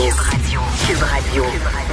Cube Radio.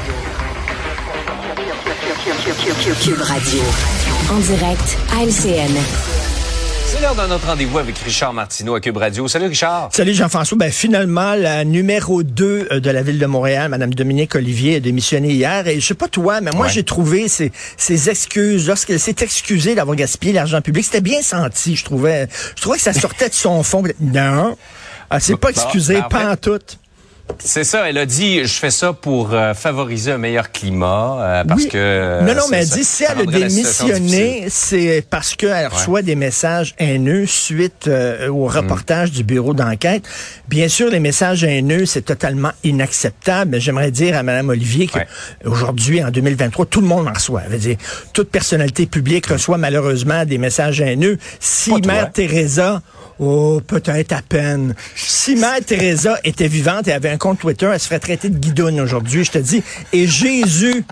Cube Radio. En direct à LCN. C'est l'heure de notre rendez-vous avec Richard Martineau à Cube Radio. Salut Richard. Salut Jean-François. Finalement, la numéro 2 de la Ville de Montréal, Mme Dominique Olivier, a démissionné hier. Et je sais pas toi, mais moi j'ai trouvé ses excuses, lorsqu'elle s'est excusée d'avoir gaspillé l'argent public, c'était bien senti, je trouvais. Je trouvais que ça sortait de son fond. Non, elle s'est pas excusée, pas en tout. C'est ça, elle a dit, je fais ça pour favoriser un meilleur climat, parce que... Non, mais elle dit, si elle a démissionné, c'est parce qu'elle reçoit des messages haineux suite au reportage du bureau d'enquête. Bien sûr, les messages haineux, c'est totalement inacceptable, mais j'aimerais dire à Mme Olivier qu'aujourd'hui, en 2023, tout le monde en reçoit. Je veux dire, toute personnalité publique reçoit malheureusement des messages haineux. Si Mère Teresa... Oh, peut-être à peine. Si Mère Teresa était vivante et avait un compte Twitter, elle se ferait traiter de guidoune aujourd'hui, je te dis. Et Jésus,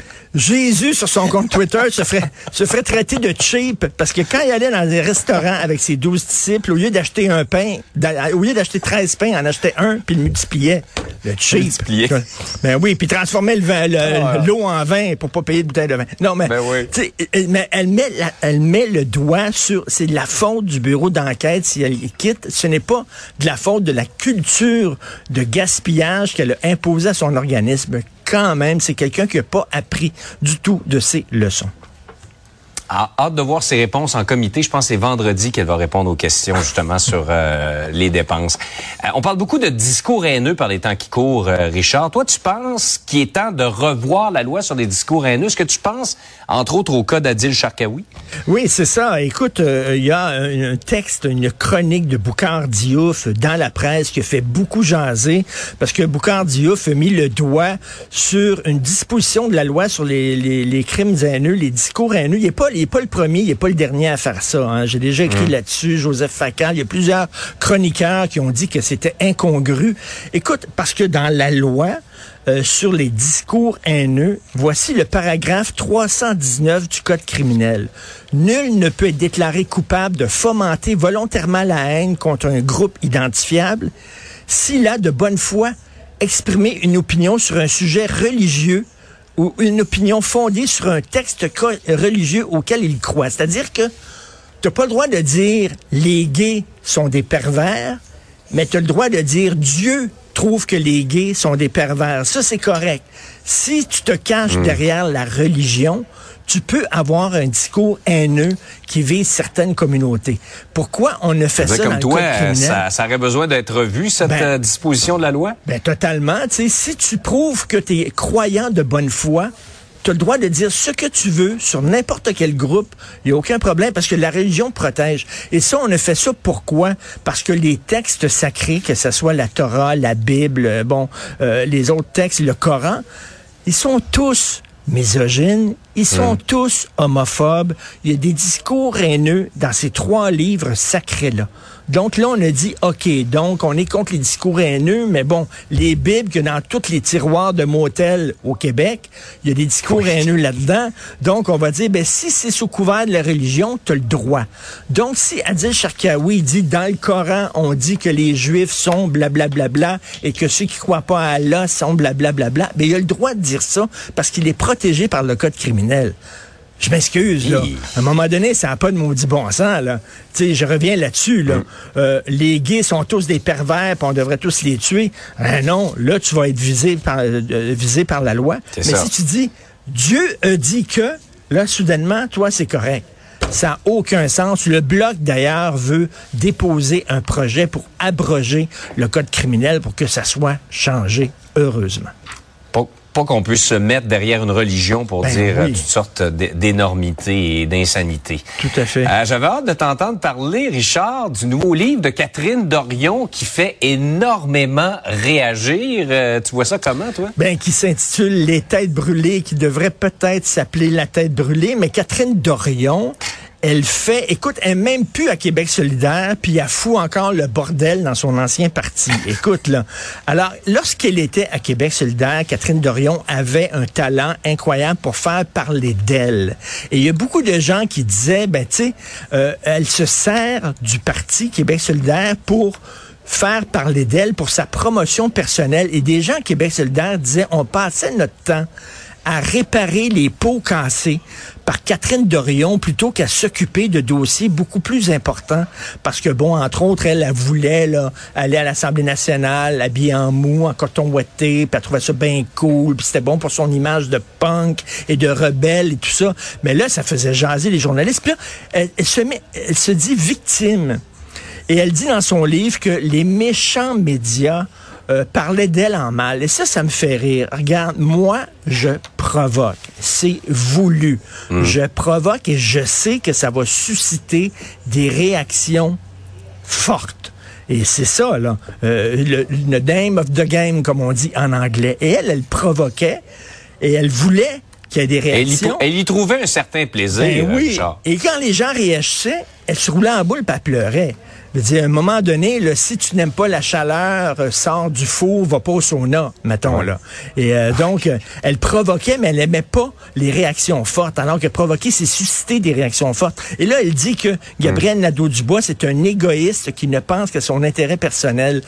sur son compte Twitter, se ferait traiter de cheap, parce que quand il allait dans des restaurants avec ses 12 disciples, au lieu d'acheter un pain, au lieu d'acheter 13 pains, il en achetait un, puis il multipliait. Le cheap. Ben oui, puis transformait l'eau en vin pour pas payer de bouteille de vin. Non, mais, mais elle met le doigt sur, c'est la faute du bureau d'enquête si elle quitte. Ce n'est pas de la faute de la culture de gaspillage qu'elle a imposée à son organisme. Quand même, c'est quelqu'un qui n'a pas appris du tout de ses leçons. Hâte de voir ses réponses en comité. Je pense que c'est vendredi qu'elle va répondre aux questions justement sur les dépenses. On parle beaucoup de discours haineux par les temps qui courent, Richard. Toi, tu penses qu'il est temps de revoir la loi sur les discours haineux? Est-ce que tu penses, entre autres, au cas d'Adil Sharkawi? Oui, c'est ça. Écoute, il y a un texte, une chronique de Boucard Diouf dans la presse qui a fait beaucoup jaser parce que Boucard Diouf a mis le doigt sur une disposition de la loi sur les crimes haineux, les discours haineux. Il n'est pas le premier, il n'est pas le dernier à faire ça. Hein. J'ai déjà écrit là-dessus, Joseph Facal. Il y a plusieurs chroniqueurs qui ont dit que c'était incongru. Écoute, parce que dans la loi sur les discours haineux, voici le paragraphe 319 du Code criminel. Nul ne peut être déclaré coupable de fomenter volontairement la haine contre un groupe identifiable s'il a de bonne foi exprimé une opinion sur un sujet religieux ou une opinion fondée sur un texte religieux auquel il croit. C'est-à-dire que tu n'as pas le droit de dire les gays sont des pervers, mais tu as le droit de dire Dieu trouve que les gays sont des pervers. Ça, c'est correct. Si tu te caches derrière la religion, tu peux avoir un discours haineux qui vise certaines communautés. Pourquoi on ne fait ça dans le Code criminel? Ça aurait besoin d'être revu, cette disposition de la loi? Totalement. Tu sais, si tu prouves que tu es croyant de bonne foi, tu as le droit de dire ce que tu veux sur n'importe quel groupe. Il n'y a aucun problème parce que la religion protège. Et ça, on a fait ça pourquoi? Parce que les textes sacrés, que ce soit la Torah, la Bible, les autres textes, le Coran, ils sont tous misogynes, ils sont tous homophobes. Il y a des discours haineux dans ces 3 livres sacrés-là. Donc là, on a dit, OK, donc on est contre les discours haineux, mais bon, les Bibles que dans tous les tiroirs de motels au Québec, il y a des discours haineux là-dedans. Donc, on va dire, si c'est sous couvert de la religion, tu as le droit. Donc, si Adil Sharkawi dit, dans le Coran, on dit que les Juifs sont blablabla et que ceux qui croient pas à Allah sont blablabla, il a le droit de dire ça parce qu'il est protégé par le Code criminel. Je m'excuse, là. À un moment donné, ça n'a pas de maudit bon sens, là. Tu sais, je reviens là-dessus, là. Les gays sont tous des pervers, puis on devrait tous les tuer. Non, là, tu vas être visé par la loi. Mais si tu dis, Dieu a dit que, là, soudainement, toi, c'est correct. Ça n'a aucun sens. Le Bloc, d'ailleurs, veut déposer un projet pour abroger le Code criminel pour que ça soit changé, heureusement. Pas qu'on puisse se mettre derrière une religion pour dire toutes sortes d'énormités et d'insanités. Tout à fait. J'avais hâte de t'entendre parler, Richard, du nouveau livre de Catherine Dorion qui fait énormément réagir. Tu vois ça comment, toi? Qui s'intitule « Les têtes brûlées », qui devrait peut-être s'appeler « La tête brûlée », mais Catherine Dorion, elle est même plus à Québec solidaire, puis elle fout encore le bordel dans son ancien parti. Écoute, là. Alors, lorsqu'elle était à Québec solidaire, Catherine Dorion avait un talent incroyable pour faire parler d'elle. Et il y a beaucoup de gens qui disaient, elle se sert du parti Québec solidaire pour faire parler d'elle pour sa promotion personnelle. Et des gens Québec solidaire disaient, on passait notre temps à réparer les pots cassés par Catherine Dorion plutôt qu'à s'occuper de dossiers beaucoup plus importants. Parce que, bon, entre autres, elle voulait là, aller à l'Assemblée nationale habillée en mou, en coton ouaté, puis elle trouvait ça bien cool, puis c'était bon pour son image de punk et de rebelle et tout ça. Mais là, ça faisait jaser les journalistes. Puis là, elle se dit victime. Et elle dit dans son livre que les méchants médias parlaient d'elle en mal. Et ça me fait rire. Regarde, moi, je provoque. C'est voulu. Je provoque et je sais que ça va susciter des réactions fortes. Et c'est ça, là. Le name of the game, comme on dit en anglais. Et elle provoquait et elle voulait qu'il y ait des réactions. Elle y trouvait un certain plaisir, ben oui. Richard. Et quand les gens réagissaient, elle se roulait en boule et elle pleurait. Je veux dire, à un moment donné, là, si tu n'aimes pas la chaleur, sors du four, va pas au sauna, mettons, là. Et donc, elle provoquait, mais elle aimait pas les réactions fortes, alors que provoquer, c'est susciter des réactions fortes. Et là, elle dit que Gabriel Nadeau-Dubois, c'est un égoïste qui ne pense qu'à son intérêt personnel.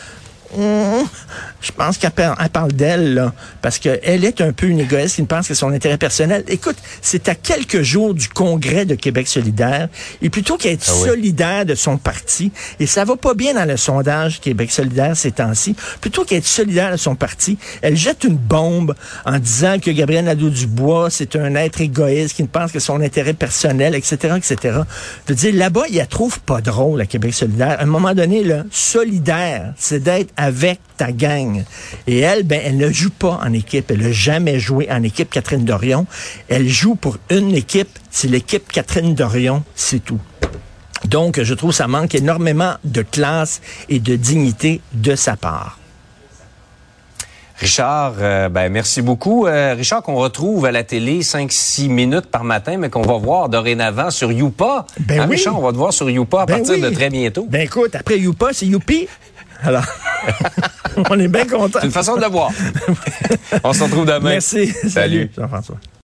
Je pense qu'elle parle d'elle, là, parce qu'elle est un peu une égoïste qui ne pense que son intérêt personnel. Écoute, c'est à quelques jours du congrès de Québec solidaire, et plutôt qu'être solidaire de son parti, et ça va pas bien dans le sondage Québec solidaire ces temps-ci, plutôt qu'être solidaire de son parti, elle jette une bombe en disant que Gabriel Nadeau-Dubois, c'est un être égoïste qui ne pense que son intérêt personnel, etc., etc. Je veux dire, là-bas, il la trouve pas drôle à Québec solidaire. À un moment donné, là, solidaire, c'est d'être avec ta gang. Et elle, elle ne joue pas en équipe. Elle n'a jamais joué en équipe, Catherine Dorion. Elle joue pour une équipe. C'est l'équipe Catherine Dorion, c'est tout. Donc, je trouve que ça manque énormément de classe et de dignité de sa part. Richard, merci beaucoup. Richard, qu'on retrouve à la télé 5-6 minutes par matin, mais qu'on va voir dorénavant sur Youpa. Oui. Richard, on va te voir sur Youpa à partir de très bientôt. Écoute, après Youpa, c'est Youpi. Alors, on est bien contents. C'est une façon de le voir. On se retrouve demain. Merci. Salut. Jean-François.